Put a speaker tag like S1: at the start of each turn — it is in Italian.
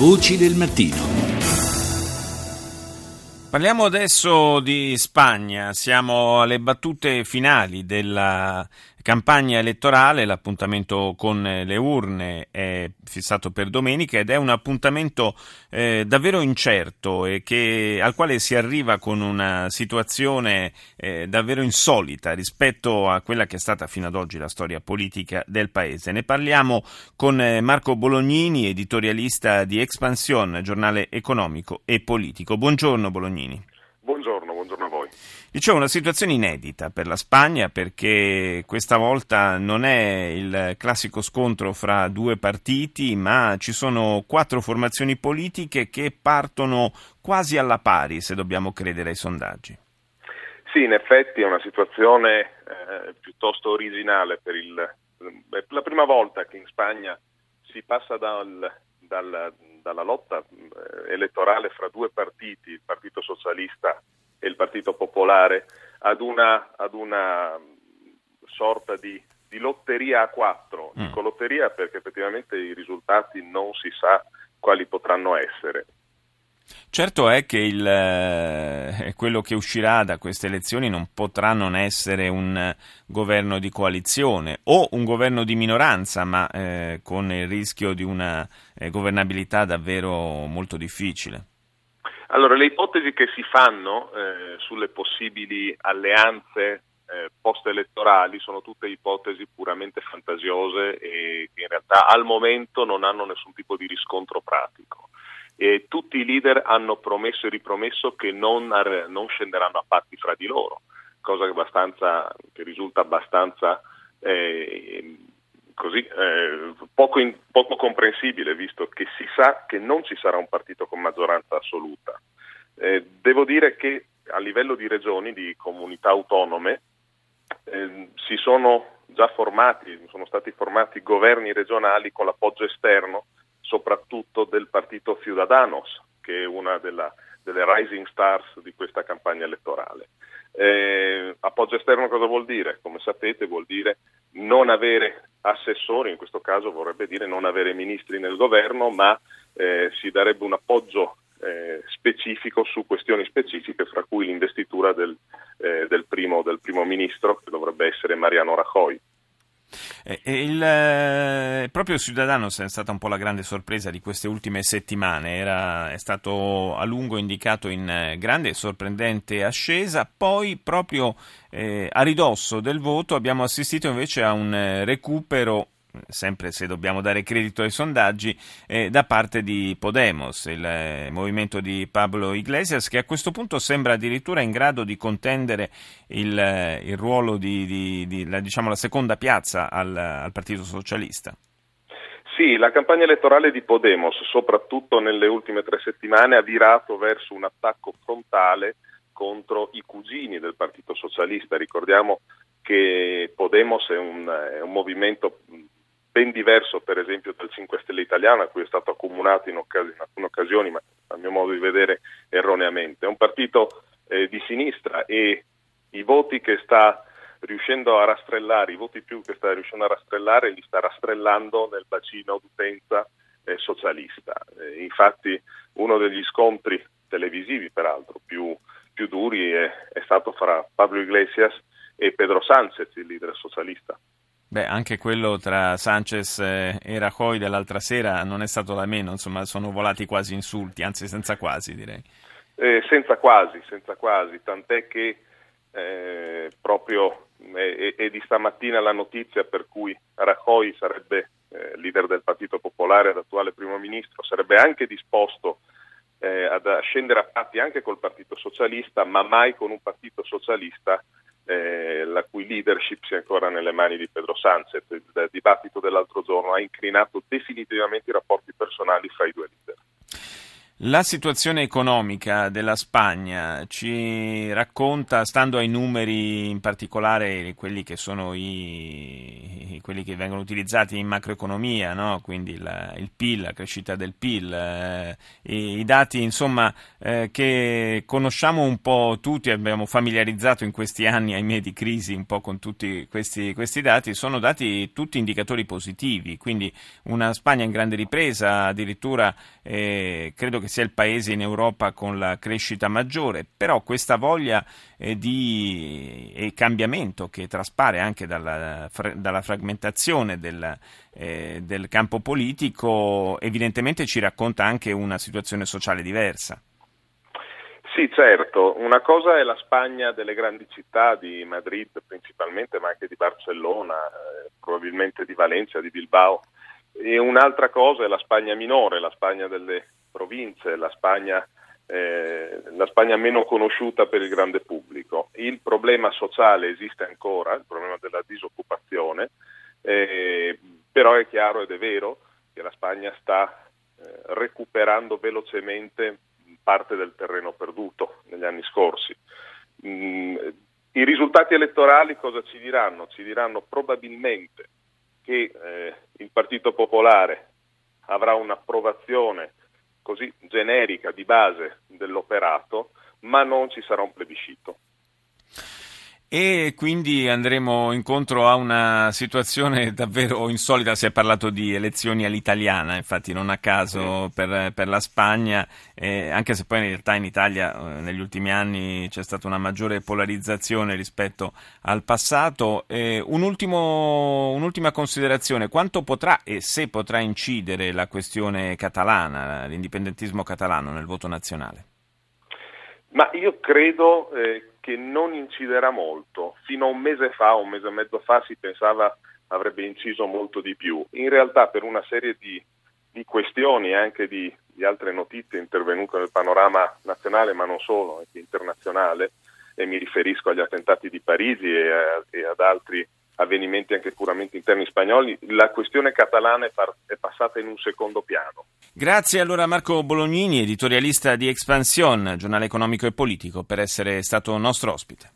S1: Voci del mattino.
S2: Parliamo adesso di Spagna, siamo alle battute finali della campagna elettorale, l'appuntamento con le urne è fissato per domenica ed è un appuntamento davvero incerto e al quale si arriva con una situazione davvero insolita rispetto a quella che è stata fino ad oggi la storia politica del paese. Ne parliamo con Marco Bolognini, editorialista di Expansión, giornale economico e politico. Buongiorno Bolognini.
S3: Buongiorno a voi.
S2: Dicevo, una situazione inedita per la Spagna perché questa volta non è il classico scontro fra due partiti, ma ci sono 4 formazioni politiche che partono quasi alla pari, se dobbiamo credere ai sondaggi.
S3: Sì, in effetti è una situazione piuttosto originale è la prima volta che in Spagna si passa dalla lotta elettorale fra due partiti, il Partito Socialista e il Partito Popolare, ad una sorta di lotteria a 4. Dico lotteria perché effettivamente i risultati non si sa quali potranno essere.
S2: Certo è che quello che uscirà da queste elezioni non potrà non essere un governo di coalizione o un governo di minoranza, ma con il rischio di una governabilità davvero molto difficile.
S3: Allora, le ipotesi che si fanno sulle possibili alleanze post-elettorali sono tutte ipotesi puramente fantasiose e che in realtà al momento non hanno nessun tipo di riscontro pratico. E tutti i leader hanno promesso e ripromesso che non scenderanno a patti fra di loro, cosa che risulta abbastanza poco comprensibile, visto che si sa che non ci sarà un partito con maggioranza assoluta. Devo dire che a livello di regioni, di comunità autonome, sono stati formati governi regionali con l'appoggio esterno, soprattutto del partito Ciudadanos, che è una delle rising stars di questa campagna elettorale. Appoggio esterno cosa vuol dire? Come sapete vuol dire non avere assessori, in questo caso vorrebbe dire non avere ministri nel governo, ma si darebbe un appoggio specifico su questioni specifiche, fra cui l'investitura del primo ministro, che dovrebbe essere Mariano Rajoy.
S2: Proprio Ciudadanos è stata un po' la grande sorpresa di queste ultime settimane, è stato a lungo indicato in grande e sorprendente ascesa, poi proprio a ridosso del voto abbiamo assistito invece a un recupero, sempre se dobbiamo dare credito ai sondaggi, da parte di Podemos, il movimento di Pablo Iglesias, che a questo punto sembra addirittura in grado di contendere il ruolo la seconda piazza al Partito Socialista.
S3: Sì, la campagna elettorale di Podemos, soprattutto nelle ultime 3 settimane, ha virato verso un attacco frontale contro i cugini del Partito Socialista. Ricordiamo che Podemos è un movimento ben diverso, per esempio, dal 5 Stelle italiano, a cui è stato accomunato in alcune occasioni, ma a mio modo di vedere erroneamente. È un partito di sinistra e i voti che sta riuscendo a rastrellare, li sta rastrellando nel bacino d'utenza socialista. Infatti uno degli scontri televisivi, peraltro, più duri è stato fra Pablo Iglesias e Pedro Sánchez, il leader socialista.
S2: Beh, anche quello tra Sánchez e Rajoy dell'altra sera non è stato da meno, insomma, sono volati quasi insulti, anzi senza quasi, direi.
S3: Senza quasi, tant'è che proprio è di stamattina la notizia per cui Rajoy sarebbe leader del Partito Popolare ed attuale primo ministro, sarebbe anche disposto a scendere a patti anche col Partito Socialista, ma mai con un Partito Socialista la cui leadership sia ancora nelle mani di Pedro Sánchez. Il dibattito dell'altro giorno ha incrinato definitivamente i rapporti personali fra i due leader.
S2: La situazione economica della Spagna ci racconta, stando ai numeri, in particolare quelli che sono quelli che vengono utilizzati in macroeconomia, no? Quindi il PIL, la crescita del PIL, i dati insomma che conosciamo un po' tutti, abbiamo familiarizzato in questi anni, ahimè, di crisi un po' con tutti questi dati, sono dati tutti indicatori positivi, quindi una Spagna in grande ripresa, addirittura credo che sia il paese in Europa con la crescita maggiore, però questa voglia di cambiamento che traspare anche dalla fragmentazione del campo politico evidentemente ci racconta anche una situazione sociale diversa.
S3: Sì, certo. Una cosa è la Spagna delle grandi città, di Madrid principalmente, ma anche di Barcellona, probabilmente di Valencia, di Bilbao. E un'altra cosa è la Spagna minore, la Spagna delle province, la Spagna meno conosciuta per il grande pubblico. Il problema sociale esiste ancora, il problema della disoccupazione, però è chiaro ed è vero che la Spagna sta recuperando velocemente parte del terreno perduto negli anni scorsi. I risultati elettorali cosa ci diranno? Ci diranno probabilmente che il Partito Popolare avrà un'approvazione così generica di base dell'operato, ma non ci sarà un plebiscito.
S2: E quindi andremo incontro a una situazione davvero insolita. Si è parlato di elezioni all'italiana, infatti non a caso per la Spagna, anche se poi in realtà in Italia negli ultimi anni c'è stata una maggiore polarizzazione rispetto al passato. Un'ultima considerazione: quanto potrà e se potrà incidere la questione catalana, l'indipendentismo catalano nel voto nazionale?
S3: Ma io credo che non inciderà molto. Fino a un mese e mezzo fa si pensava avrebbe inciso molto di più. In realtà, per una serie di questioni e anche di altre notizie intervenute nel panorama nazionale, ma non solo, anche internazionale, e mi riferisco agli attentati di Parigi e ad altri avvenimenti anche puramente interni spagnoli, la questione catalana è passata in un secondo piano.
S2: Grazie allora a Marco Bolognini, editorialista di Expansión, giornale economico e politico, per essere stato nostro ospite.